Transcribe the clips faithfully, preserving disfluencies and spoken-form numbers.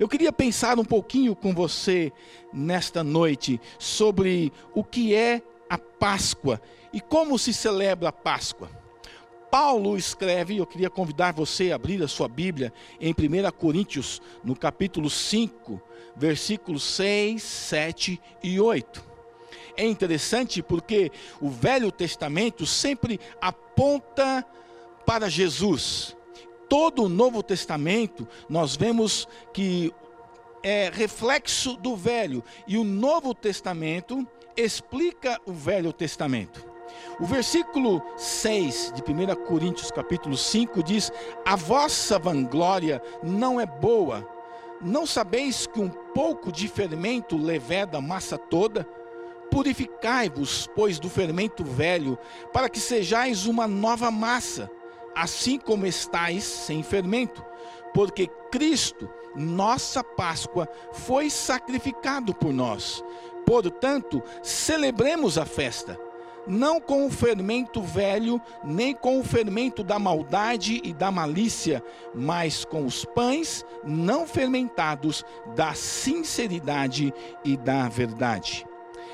Eu queria pensar um pouquinho com você nesta noite sobre o que é a Páscoa e como se celebra a Páscoa. Paulo escreve, eu queria convidar você a abrir a sua Bíblia em primeira Coríntios, no capítulo cinco, versículos seis, sete e oito. É interessante porque o Velho Testamento sempre aponta para Jesus. Todo o Novo Testamento nós vemos que é reflexo do Velho, e o Novo Testamento explica o Velho Testamento. O versículo seis de primeira Coríntios capítulo cinco diz: a vossa vanglória não é boa. Não sabeis que um pouco de fermento leveda a massa toda? Purificai-vos, pois, do fermento velho, para que sejais uma nova massa, assim como estáis sem fermento. Porque Cristo, nossa Páscoa, foi sacrificado por nós. Portanto, celebremos a festa, não com o fermento velho, nem com o fermento da maldade e da malícia, mas com os pães não fermentados da sinceridade e da verdade.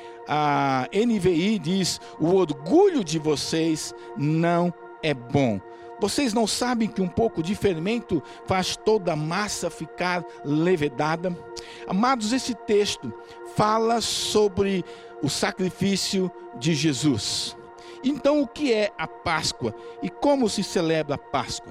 A N V I diz: o orgulho de vocês não é bom. Vocês não sabem que um pouco de fermento faz toda a massa ficar levedada? Amados, esse texto fala sobre o sacrifício de Jesus. Então, o que é a Páscoa e como se celebra a Páscoa?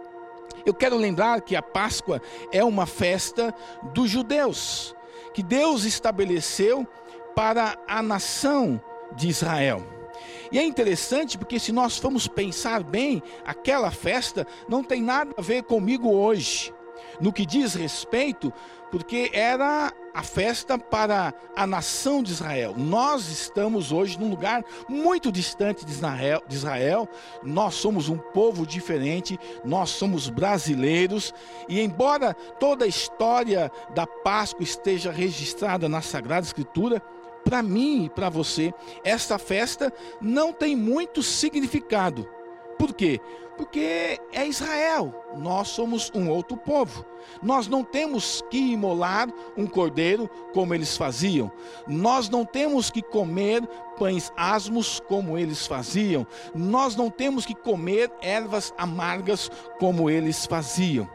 Eu quero lembrar que a Páscoa é uma festa dos judeus, que Deus estabeleceu para a nação de Israel. E é interessante porque, se nós formos pensar bem, aquela festa não tem nada a ver comigo hoje, no que diz respeito, porque era a festa para a nação de Israel. Nós estamos hoje num lugar muito distante de Israel, de Israel. Nós somos um povo diferente, nós somos brasileiros, e embora toda a história da Páscoa esteja registrada na Sagrada Escritura, para mim e para você, esta festa não tem muito significado. Por quê? Porque é Israel, nós somos um outro povo. Nós não temos que imolar um cordeiro como eles faziam. Nós não temos que comer pães asmos como eles faziam. Nós não temos que comer ervas amargas como eles faziam.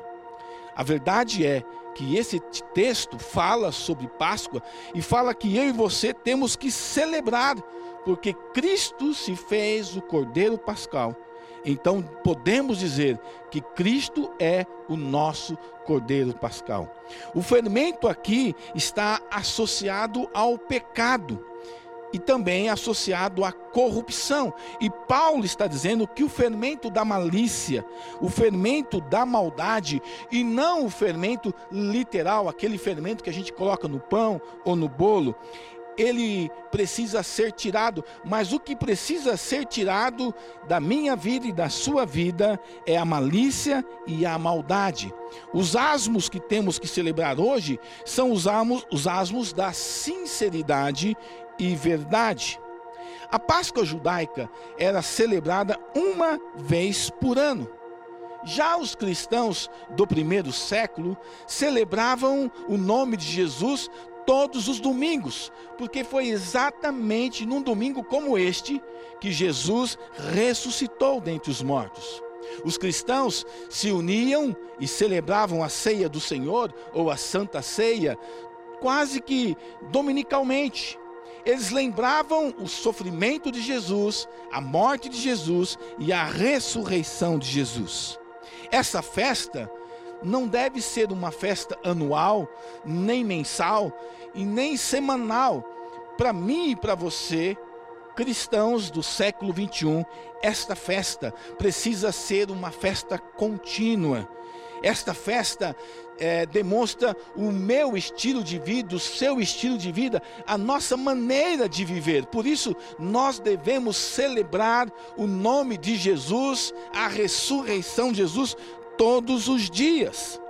A verdade é que esse texto fala sobre Páscoa e fala que eu e você temos que celebrar, porque Cristo se fez o Cordeiro Pascal. Então podemos dizer que Cristo é o nosso Cordeiro Pascal. O fermento aqui está associado ao pecado e também associado à corrupção. E Paulo está dizendo que o fermento da malícia, o fermento da maldade, e não o fermento literal, aquele fermento que a gente coloca no pão ou no bolo, ele precisa ser tirado. Mas o que precisa ser tirado da minha vida e da sua vida é a malícia e a maldade. Os asmos que temos que celebrar hoje são os asmos, os asmos da sinceridade e verdade. A Páscoa judaica era celebrada uma vez por ano. Já os cristãos do primeiro século celebravam o nome de Jesus todos os domingos, porque foi exatamente num domingo como este que Jesus ressuscitou dentre os mortos. Os cristãos se uniam e celebravam a ceia do Senhor, ou a Santa Ceia, quase que dominicalmente. Eles lembravam o sofrimento de Jesus, a morte de Jesus e a ressurreição de Jesus. Essa festa não deve ser uma festa anual, nem mensal e nem semanal. Para mim e para você, cristãos do século vinte e um, esta festa precisa ser uma festa contínua. Esta festa é, demonstra o meu estilo de vida, o seu estilo de vida, a nossa maneira de viver. Por isso, nós devemos celebrar o nome de Jesus, a ressurreição de Jesus, todos os dias.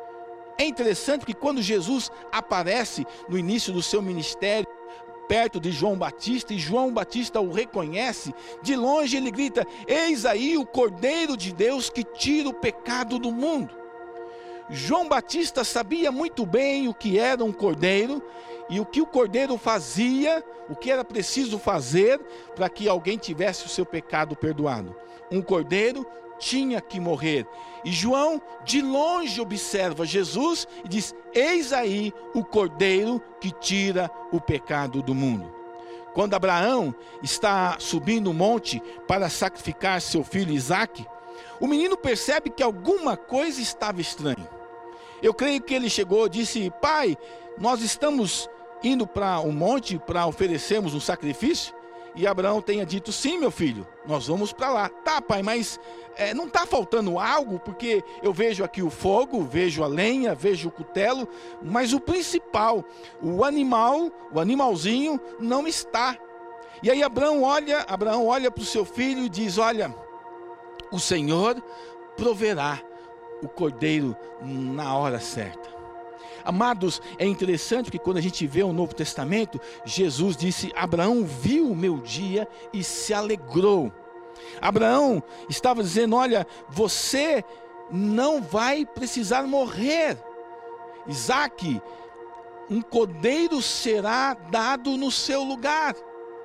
É interessante que quando Jesus aparece no início do seu ministério, perto de João Batista, e João Batista o reconhece, de longe ele grita: eis aí o Cordeiro de Deus que tira o pecado do mundo. João Batista sabia muito bem o que era um cordeiro e o que o cordeiro fazia, o que era preciso fazer para que alguém tivesse o seu pecado perdoado. Um cordeiro tinha que morrer. E João de longe observa Jesus e diz: eis aí o cordeiro que tira o pecado do mundo. Quando Abraão está subindo o monte para sacrificar seu filho Isaque, o menino percebe que alguma coisa estava estranha. Eu creio que ele chegou e disse: pai, nós estamos indo para o monte para oferecermos um sacrifício? E Abraão tenha dito: sim, meu filho, nós vamos para lá. Tá, pai, mas é, não está faltando algo? Porque eu vejo aqui o fogo, vejo a lenha, vejo o cutelo, mas o principal, o animal, o animalzinho não está. E aí Abraão olha, Abraão olha para o seu filho e diz: olha, o Senhor proverá o cordeiro na hora certa. Amados, é interessante que quando a gente vê o Novo Testamento, Jesus disse: Abraão viu o meu dia e se alegrou. Abraão estava dizendo: olha, você não vai precisar morrer. Isaque, um cordeiro será dado no seu lugar.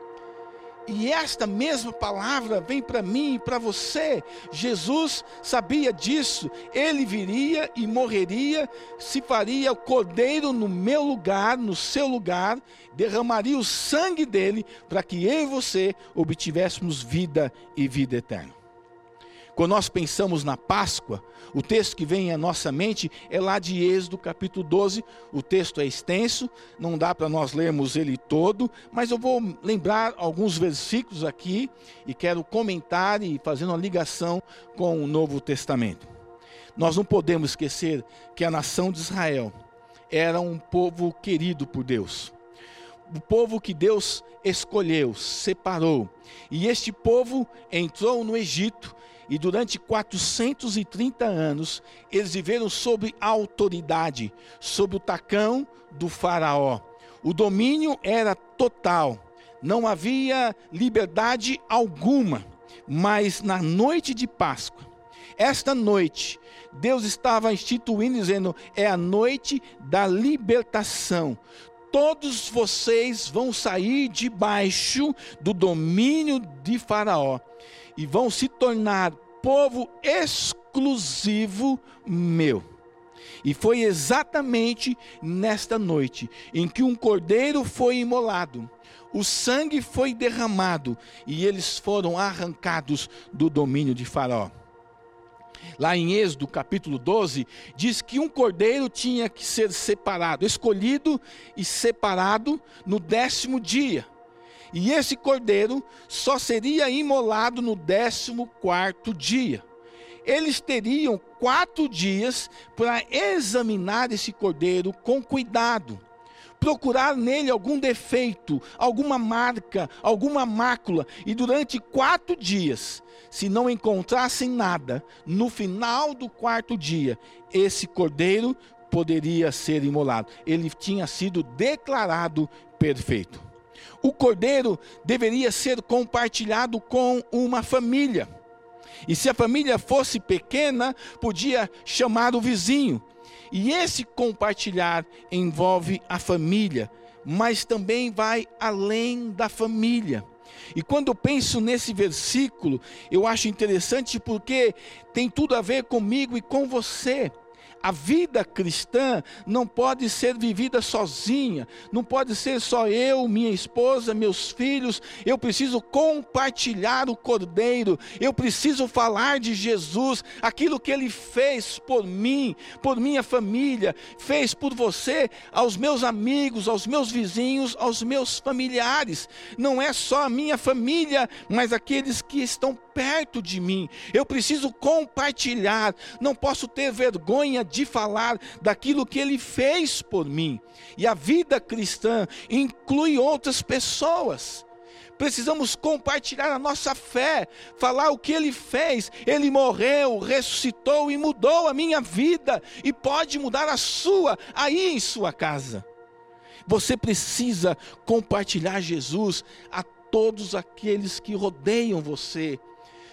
E esta mesma palavra vem para mim e para você. Jesus sabia disso. Ele viria e morreria, se faria o cordeiro no meu lugar, no seu lugar, derramaria o sangue dele para que eu e você obtivéssemos vida e vida eterna. Quando nós pensamos na Páscoa, o texto que vem à nossa mente é lá de Êxodo capítulo doze. O texto é extenso, não dá para nós lermos ele todo, mas eu vou lembrar alguns versículos aqui e quero comentar e fazer uma ligação com o Novo Testamento. Nós não podemos esquecer que a nação de Israel era um povo querido por Deus. O povo que Deus escolheu, separou. E este povo entrou no Egito. E durante quatrocentos e trinta anos, eles viveram sob a autoridade, sob o tacão do faraó. O domínio era total, não havia liberdade alguma. Mas na noite de Páscoa, esta noite, Deus estava instituindo, dizendo: é a noite da libertação. Todos vocês vão sair debaixo do domínio de Faraó e vão se tornar povo exclusivo meu. E foi exatamente nesta noite em que um cordeiro foi imolado, o sangue foi derramado e eles foram arrancados do domínio de Faraó. Lá em Êxodo capítulo doze, diz que um cordeiro tinha que ser separado, escolhido e separado no décimo dia. E esse cordeiro só seria imolado no décimo quarto dia. Eles teriam quatro dias para examinar esse cordeiro com cuidado, procurar nele algum defeito, alguma marca, alguma mácula, e durante quatro dias, se não encontrassem nada, no final do quarto dia, esse cordeiro poderia ser imolado. Ele tinha sido declarado perfeito. O cordeiro deveria ser compartilhado com uma família. E se a família fosse pequena, podia chamar o vizinho. E esse compartilhar envolve a família, mas também vai além da família. E quando eu penso nesse versículo, eu acho interessante porque tem tudo a ver comigo e com você. A vida cristã não pode ser vivida sozinha, não pode ser só eu, minha esposa, meus filhos. Eu preciso compartilhar o Cordeiro, eu preciso falar de Jesus, aquilo que Ele fez por mim, por minha família, fez por você, aos meus amigos, aos meus vizinhos, aos meus familiares. Não é só a minha família, mas aqueles que estão perto de mim. Eu preciso compartilhar, não posso ter vergonha de falar daquilo que Ele fez por mim. E a vida cristã inclui outras pessoas. Precisamos compartilhar a nossa fé, falar o que Ele fez. Ele morreu, ressuscitou e mudou a minha vida, e pode mudar a sua, aí em sua casa. Você precisa compartilhar Jesus a todos aqueles que rodeiam você.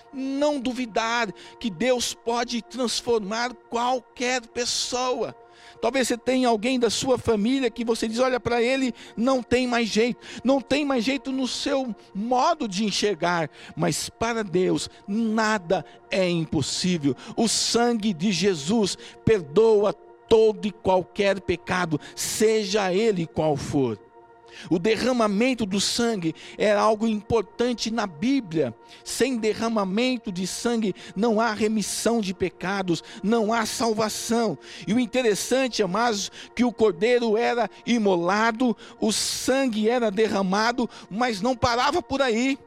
não duvidar que Deus pode transformar qualquer pessoa. Talvez você tenha alguém da sua família que você diz, olha para ele, não tem mais jeito. Não tem mais jeito no seu modo de enxergar. Mas para Deus, nada é impossível. O sangue de Jesus perdoa todo e qualquer pecado, seja ele qual for. O derramamento do sangue é algo importante na Bíblia. Sem derramamento de sangue não há remissão de pecados, não há salvação. E o interessante, amados, que o cordeiro era imolado, o sangue era derramado, mas não parava por aí.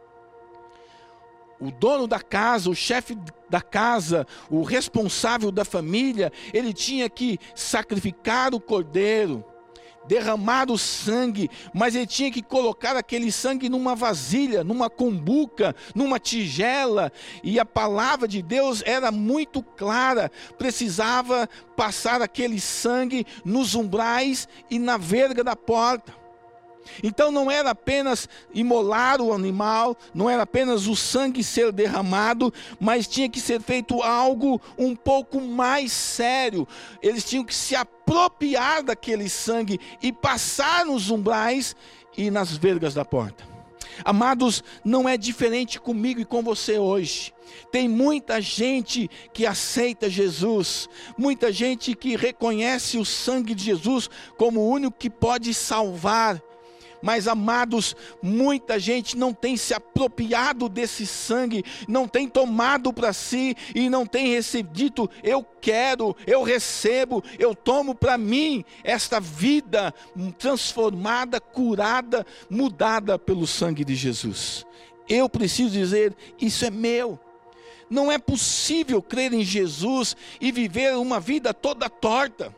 O dono da casa, o chefe da casa, o responsável da família, ele tinha que sacrificar o cordeiro, derramar o sangue, mas ele tinha que colocar aquele sangue numa vasilha, numa cumbuca, numa tigela, e a palavra de Deus era muito clara, precisava passar aquele sangue nos umbrais e na verga da porta. Então não era apenas imolar o animal, não era apenas o sangue ser derramado, mas tinha que ser feito algo um pouco mais sério. Eles tinham que se apropriar daquele sangue e passar nos umbrais e nas vergas da porta. Amados, não é diferente comigo e com você hoje. Tem muita gente que aceita Jesus, muita gente que reconhece o sangue de Jesus como o único que pode salvar. Mas, amados, muita gente não tem se apropriado desse sangue, não tem tomado para si e não tem recebido, eu quero, eu recebo, eu tomo para mim esta vida transformada, curada, mudada pelo sangue de Jesus. Eu preciso dizer, isso é meu. Não é possível crer em Jesus e viver uma vida toda torta.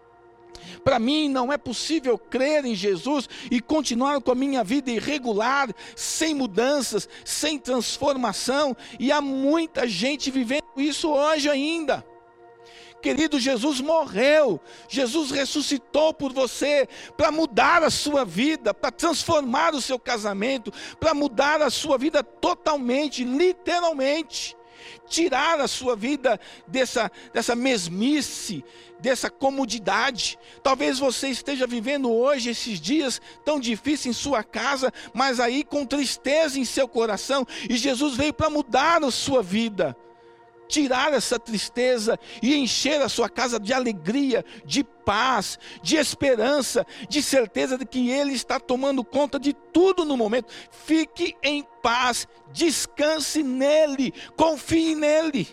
Para mim não é possível crer em Jesus e continuar com a minha vida irregular, sem mudanças, sem transformação, e há muita gente vivendo isso hoje ainda. Querido, Jesus morreu, Jesus ressuscitou por você, para mudar a sua vida, para transformar o seu casamento, para mudar a sua vida totalmente, literalmente. Tirar a sua vida dessa, dessa mesmice, dessa comodidade. Talvez você esteja vivendo hoje esses dias tão difíceis em sua casa, mas aí com tristeza em seu coração, e Jesus veio para mudar a sua vida, tirar essa tristeza e encher a sua casa de alegria, de paz, de esperança, de certeza de que Ele está tomando conta de tudo no momento. Fique em paz, descanse nele, confie nele.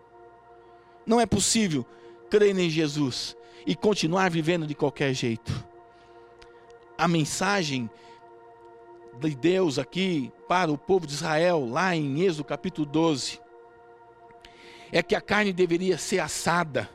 Não é possível crer em Jesus e continuar vivendo de qualquer jeito. A mensagem de Deus aqui para o povo de Israel, lá em Êxodo capítulo doze, é que a carne deveria ser assada,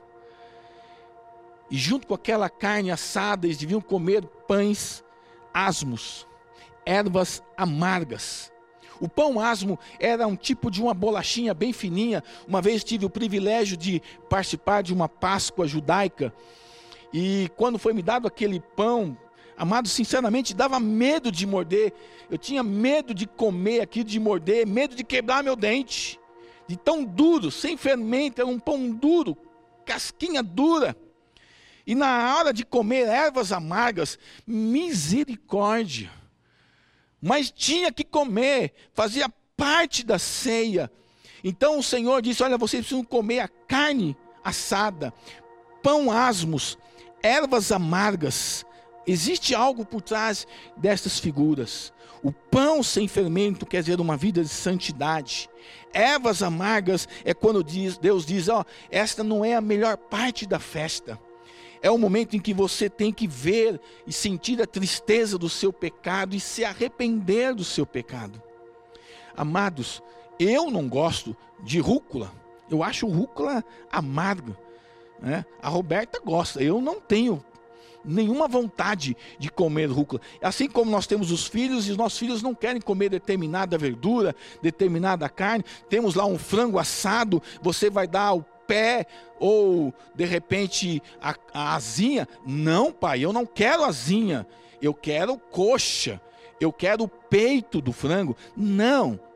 e junto com aquela carne assada, eles deviam comer pães asmos, ervas amargas. O pão asmo era um tipo de uma bolachinha bem fininha. Uma vez tive o privilégio de participar de uma Páscoa judaica, e quando foi me dado aquele pão, amado, sinceramente dava medo de morder. Eu tinha medo de comer aquilo, de morder, medo de quebrar meu dente, de tão duro, sem fermento, era um pão duro, casquinha dura. E na hora de comer ervas amargas, misericórdia, mas tinha que comer, fazia parte da ceia. Então o Senhor disse, olha, vocês precisam comer a carne assada, pão asmos, ervas amargas. Existe algo por trás destas figuras. O pão sem fermento quer dizer uma vida de santidade. Ervas amargas é quando diz, Deus diz, ó, esta não é a melhor parte da festa. É o momento em que você tem que ver e sentir a tristeza do seu pecado e se arrepender do seu pecado. Amados, eu não gosto de rúcula. Eu acho rúcula amarga, né? A Roberta gosta, eu não tenho nenhuma vontade de comer rúcula. Assim como nós temos os filhos, e os nossos filhos não querem comer determinada verdura, determinada carne. Temos lá um frango assado, você vai dar o pé ou de repente a, a asinha. Não, pai, eu não quero asinha, eu quero coxa, eu quero o peito do frango. Não,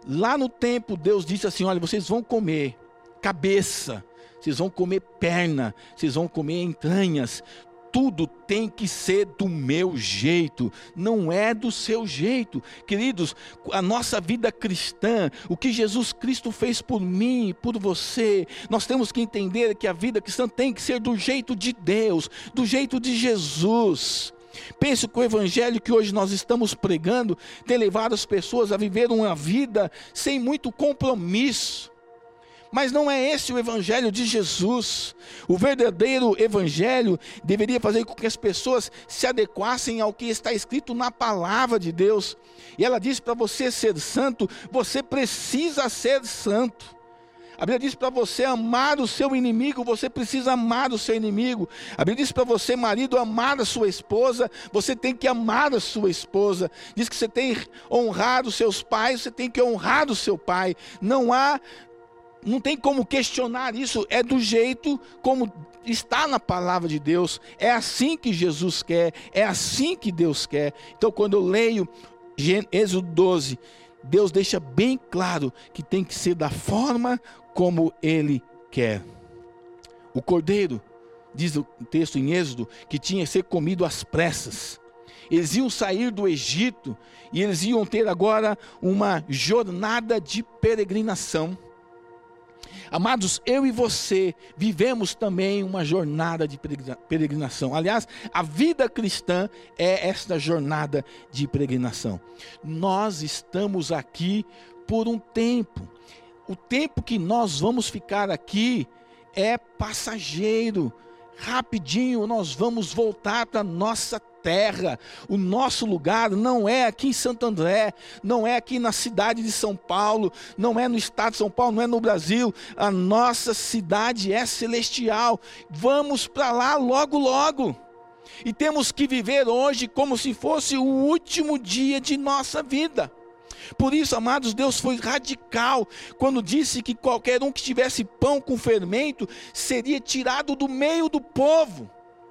Lá no templo, Deus disse assim: olha, vocês vão comer cabeça, vocês vão comer perna, vocês vão comer entranhas. Tudo tem que ser do meu jeito, não é do seu jeito. Queridos, a nossa vida cristã, o que Jesus Cristo fez por mim e por você, nós temos que entender que a vida cristã tem que ser do jeito de Deus, do jeito de Jesus. Pense que o evangelho que hoje nós estamos pregando tem levado as pessoas a viver uma vida sem muito compromisso. Mas não é esse o evangelho de Jesus. O verdadeiro evangelho deveria fazer com que as pessoas se adequassem ao que está escrito na palavra de Deus. E ela diz: para você ser santo, você precisa ser santo. A Bíblia diz para você amar o seu inimigo, você precisa amar o seu inimigo. A Bíblia diz para você, marido, amar a sua esposa, você tem que amar a sua esposa. Diz que você tem que honrar os seus pais, você tem que honrar o seu pai. Não há... Não tem como questionar isso, é do jeito como está na palavra de Deus, é assim que Jesus quer, é assim que Deus quer. Então, quando eu leio Êxodo doze, Deus deixa bem claro que tem que ser da forma como Ele quer. O cordeiro, diz o texto em Êxodo, que tinha que ser comido às pressas. Eles iam sair do Egito e eles iam ter agora uma jornada de peregrinação. Amados, eu e você vivemos também uma jornada de peregrinação. Aliás, a vida cristã é esta jornada de peregrinação. Nós estamos aqui por um tempo. O tempo que nós vamos ficar aqui é passageiro. Rapidinho nós vamos voltar para a nossa terra. O nosso lugar não é aqui em Santo André, não é aqui na cidade de São Paulo, não é no estado de São Paulo, não é no Brasil. A nossa cidade é celestial. Vamos para lá logo logo. E temos que viver hoje como se fosse o último dia de nossa vida. Por isso, amados, Deus foi radical quando disse que qualquer um que tivesse pão com fermento seria tirado do meio do povo.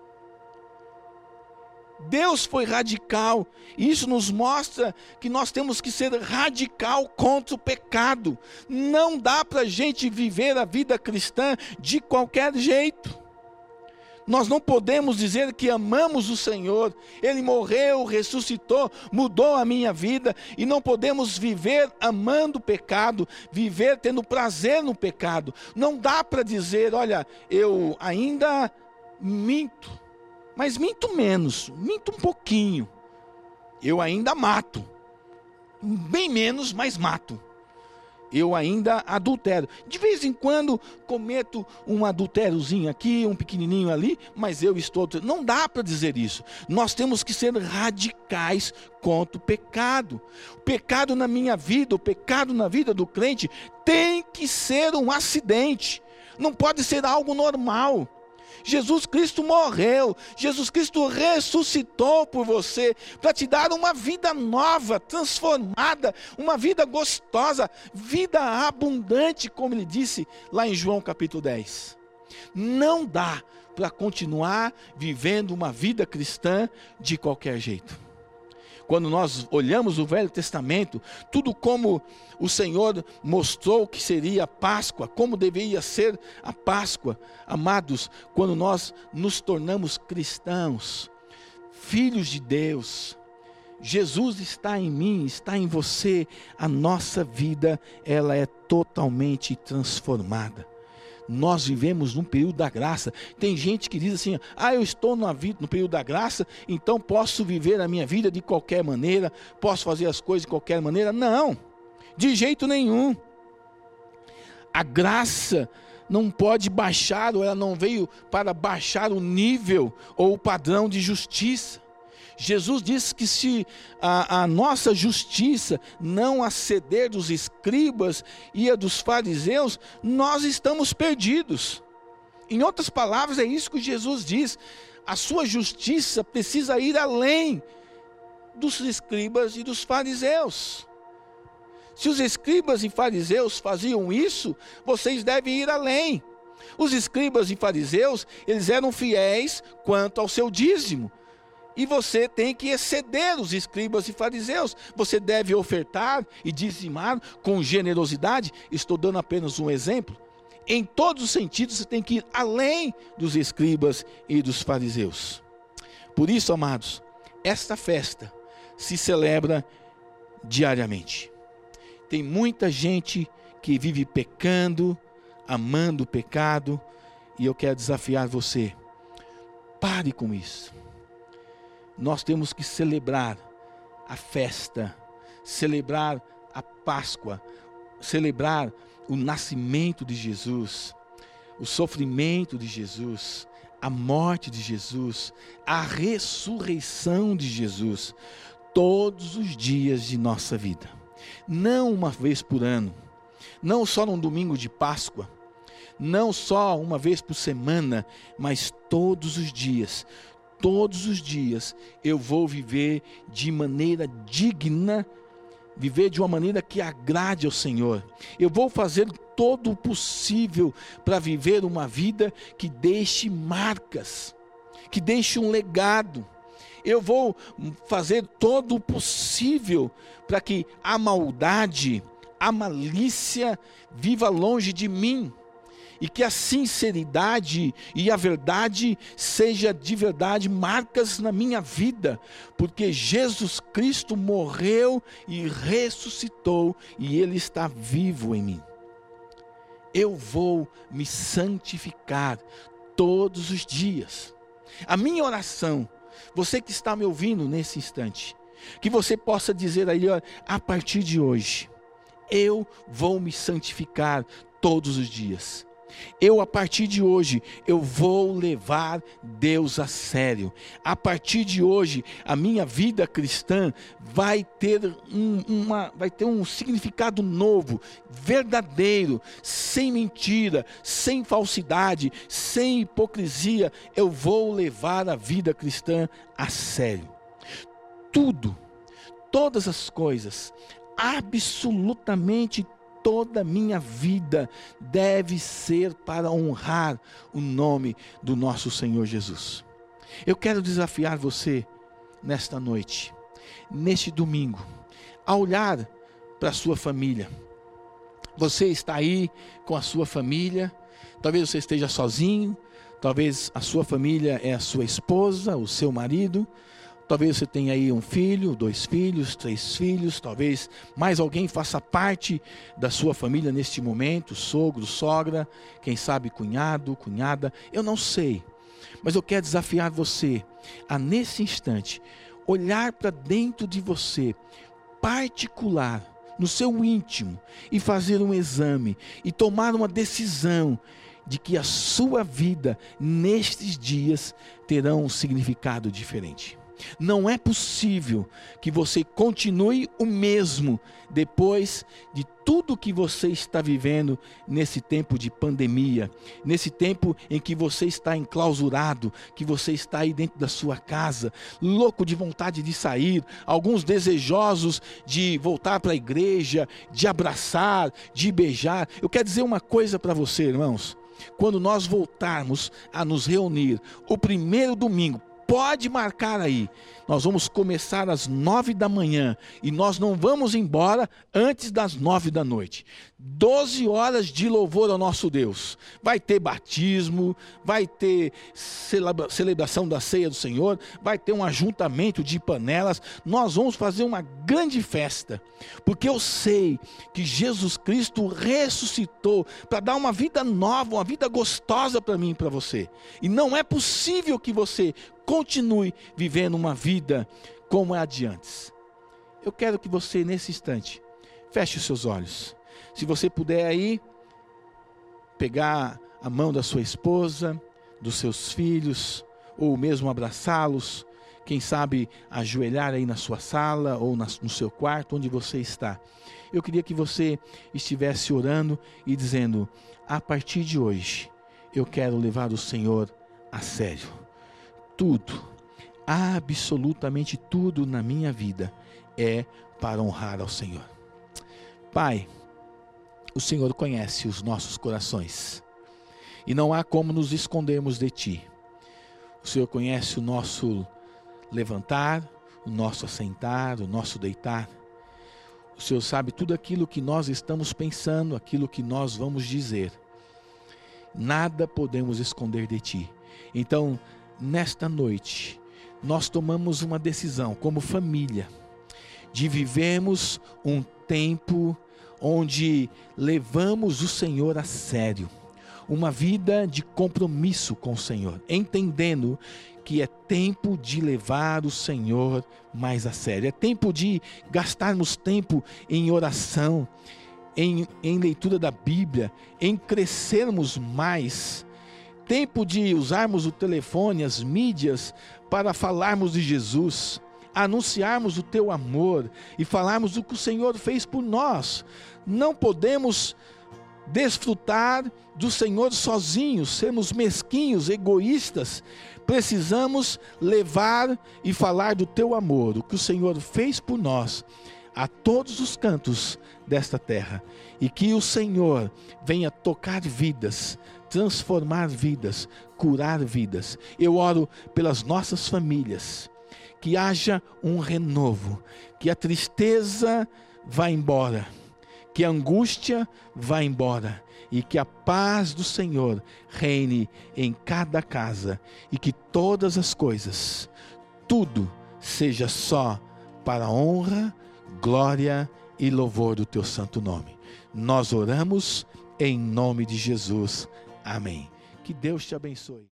Deus foi radical, e isso nos mostra que nós temos que ser radical contra o pecado. Não dá para a gente viver a vida cristã de qualquer jeito. Nós não podemos dizer que amamos o Senhor, Ele morreu, ressuscitou, mudou a minha vida, e não podemos viver amando o pecado, viver tendo prazer no pecado. Não dá para dizer, olha, eu ainda minto, mas minto menos, minto um pouquinho, eu ainda mato, bem menos, mas mato. Eu ainda adultero. De vez em quando cometo um adultérozinho aqui, um pequenininho ali, mas eu estou... Não dá para dizer isso. Nós temos que ser radicais contra o pecado. O pecado na minha vida, o pecado na vida do crente tem que ser um acidente. Não pode ser algo normal. Jesus Cristo morreu, Jesus Cristo ressuscitou por você, para te dar uma vida nova, transformada, uma vida gostosa, vida abundante, como ele disse lá em João capítulo dez. Não dá para continuar vivendo uma vida cristã de qualquer jeito. Quando nós olhamos o Velho Testamento, tudo como o Senhor mostrou que seria a Páscoa, como deveria ser a Páscoa, amados, quando nós nos tornamos cristãos, filhos de Deus, Jesus está em mim, está em você, a nossa vida, ela é totalmente transformada. Nós vivemos num período da graça. Tem gente que diz assim, ah, eu estou na vida, no período da graça, então posso viver a minha vida de qualquer maneira, posso fazer as coisas de qualquer maneira. Não, de jeito nenhum. A graça não pode baixar, ou ela não veio para baixar o nível ou o padrão de justiça. Jesus disse que se a, a nossa justiça não aceder dos escribas e a dos fariseus, nós estamos perdidos. Em outras palavras, é isso que Jesus diz. A sua justiça precisa ir além dos escribas e dos fariseus. Se os escribas e fariseus faziam isso, vocês devem ir além. Os escribas e fariseus, eles eram fiéis quanto ao seu dízimo. E você tem que exceder os escribas e fariseus. Você deve ofertar e dizimar com generosidade. Estou dando apenas um exemplo. Em todos os sentidos, você tem que ir além dos escribas e dos fariseus. Por isso, amados, esta festa se celebra diariamente. Tem muita gente que vive pecando, amando o pecado, e eu quero desafiar você. Pare com isso. Nós temos que celebrar a festa, celebrar a Páscoa, celebrar o nascimento de Jesus, o sofrimento de Jesus, a morte de Jesus, a ressurreição de Jesus, todos os dias de nossa vida. Não uma vez por ano, não só num domingo de Páscoa, não só uma vez por semana, mas todos os dias. Todos os dias eu vou viver de maneira digna, viver de uma maneira que agrade ao Senhor. Eu vou fazer todo o possível para viver uma vida que deixe marcas, que deixe um legado. Eu vou fazer todo o possível para que a maldade, a malícia viva longe de mim. E que a sinceridade e a verdade seja de verdade marcas na minha vida, porque Jesus Cristo morreu e ressuscitou e Ele está vivo em mim. Eu vou me santificar todos os dias. A minha oração, você que está me ouvindo nesse instante, que você possa dizer aí, ó, a partir de hoje, eu vou me santificar todos os dias. Eu, a partir de hoje, eu vou levar Deus a sério. A partir de hoje, a minha vida cristã vai ter um, uma, vai ter um significado novo, verdadeiro, sem mentira, sem falsidade, sem hipocrisia. Eu vou levar a vida cristã a sério. Tudo, todas as coisas, absolutamente toda a minha vida deve ser para honrar o nome do nosso Senhor Jesus. Eu quero desafiar você nesta noite, neste domingo, a olhar para a sua família. Você está aí com a sua família, talvez você esteja sozinho, talvez a sua família é a sua esposa, o seu marido. Talvez você tenha aí um filho, dois filhos, três filhos, talvez mais alguém faça parte da sua família neste momento, sogro, sogra, quem sabe cunhado, cunhada, eu não sei. Mas eu quero desafiar você a nesse instante, olhar para dentro de você, particular, no seu íntimo, e fazer um exame, e tomar uma decisão de que a sua vida nestes dias terá um significado diferente. Não é possível que você continue o mesmo depois de tudo que você está vivendo nesse tempo de pandemia, nesse tempo em que você está enclausurado, que você está aí dentro da sua casa, louco de vontade de sair, alguns desejosos de voltar para a igreja, de abraçar, de beijar. Eu quero dizer uma coisa para você, irmãos. Quando nós voltarmos a nos reunir, o primeiro domingo, pode marcar aí, nós vamos começar às nove da manhã e nós não vamos embora antes das nove da noite. Doze horas de louvor ao nosso Deus. Vai ter batismo, vai ter celebração da ceia do Senhor, vai ter um ajuntamento de panelas. Nós vamos fazer uma grande festa, porque eu sei que Jesus Cristo ressuscitou para dar uma vida nova, uma vida gostosa para mim e para você. E não é possível que você continue vivendo uma vida como a de antes. Eu quero que você, nesse instante, feche os seus olhos. Se você puder aí, pegar a mão da sua esposa, dos seus filhos, ou mesmo abraçá-los, quem sabe ajoelhar aí na sua sala, ou na, no seu quarto, onde você está. Eu queria que você estivesse orando e dizendo, a partir de hoje, eu quero levar o Senhor a sério. Tudo, absolutamente tudo na minha vida é para honrar ao Senhor. Pai, o Senhor conhece os nossos corações e não há como nos escondermos de Ti. O Senhor conhece o nosso levantar, o nosso assentar, o nosso deitar. O Senhor sabe tudo aquilo que nós estamos pensando, aquilo que nós vamos dizer. Nada podemos esconder de Ti. Então, nesta noite, nós tomamos uma decisão como família, de vivermos um tempo onde levamos o Senhor a sério. Uma vida de compromisso com o Senhor, entendendo que é tempo de levar o Senhor mais a sério. É tempo de gastarmos tempo em oração, em, em leitura da Bíblia, em crescermos mais. Tempo de usarmos o telefone, as mídias, para falarmos de Jesus, anunciarmos o Teu amor e falarmos do que o Senhor fez por nós. Não podemos desfrutar do Senhor sozinhos, sermos mesquinhos, egoístas. Precisamos levar e falar do Teu amor, o que o Senhor fez por nós, a todos os cantos desta terra. E que o Senhor venha tocar vidas, transformar vidas, curar vidas. Eu oro pelas nossas famílias, que haja um renovo, que a tristeza vá embora, que a angústia vá embora e que a paz do Senhor reine em cada casa e que todas as coisas, tudo seja só para a honra, glória e louvor do Teu santo nome. Nós oramos em nome de Jesus. Amém. Que Deus te abençoe.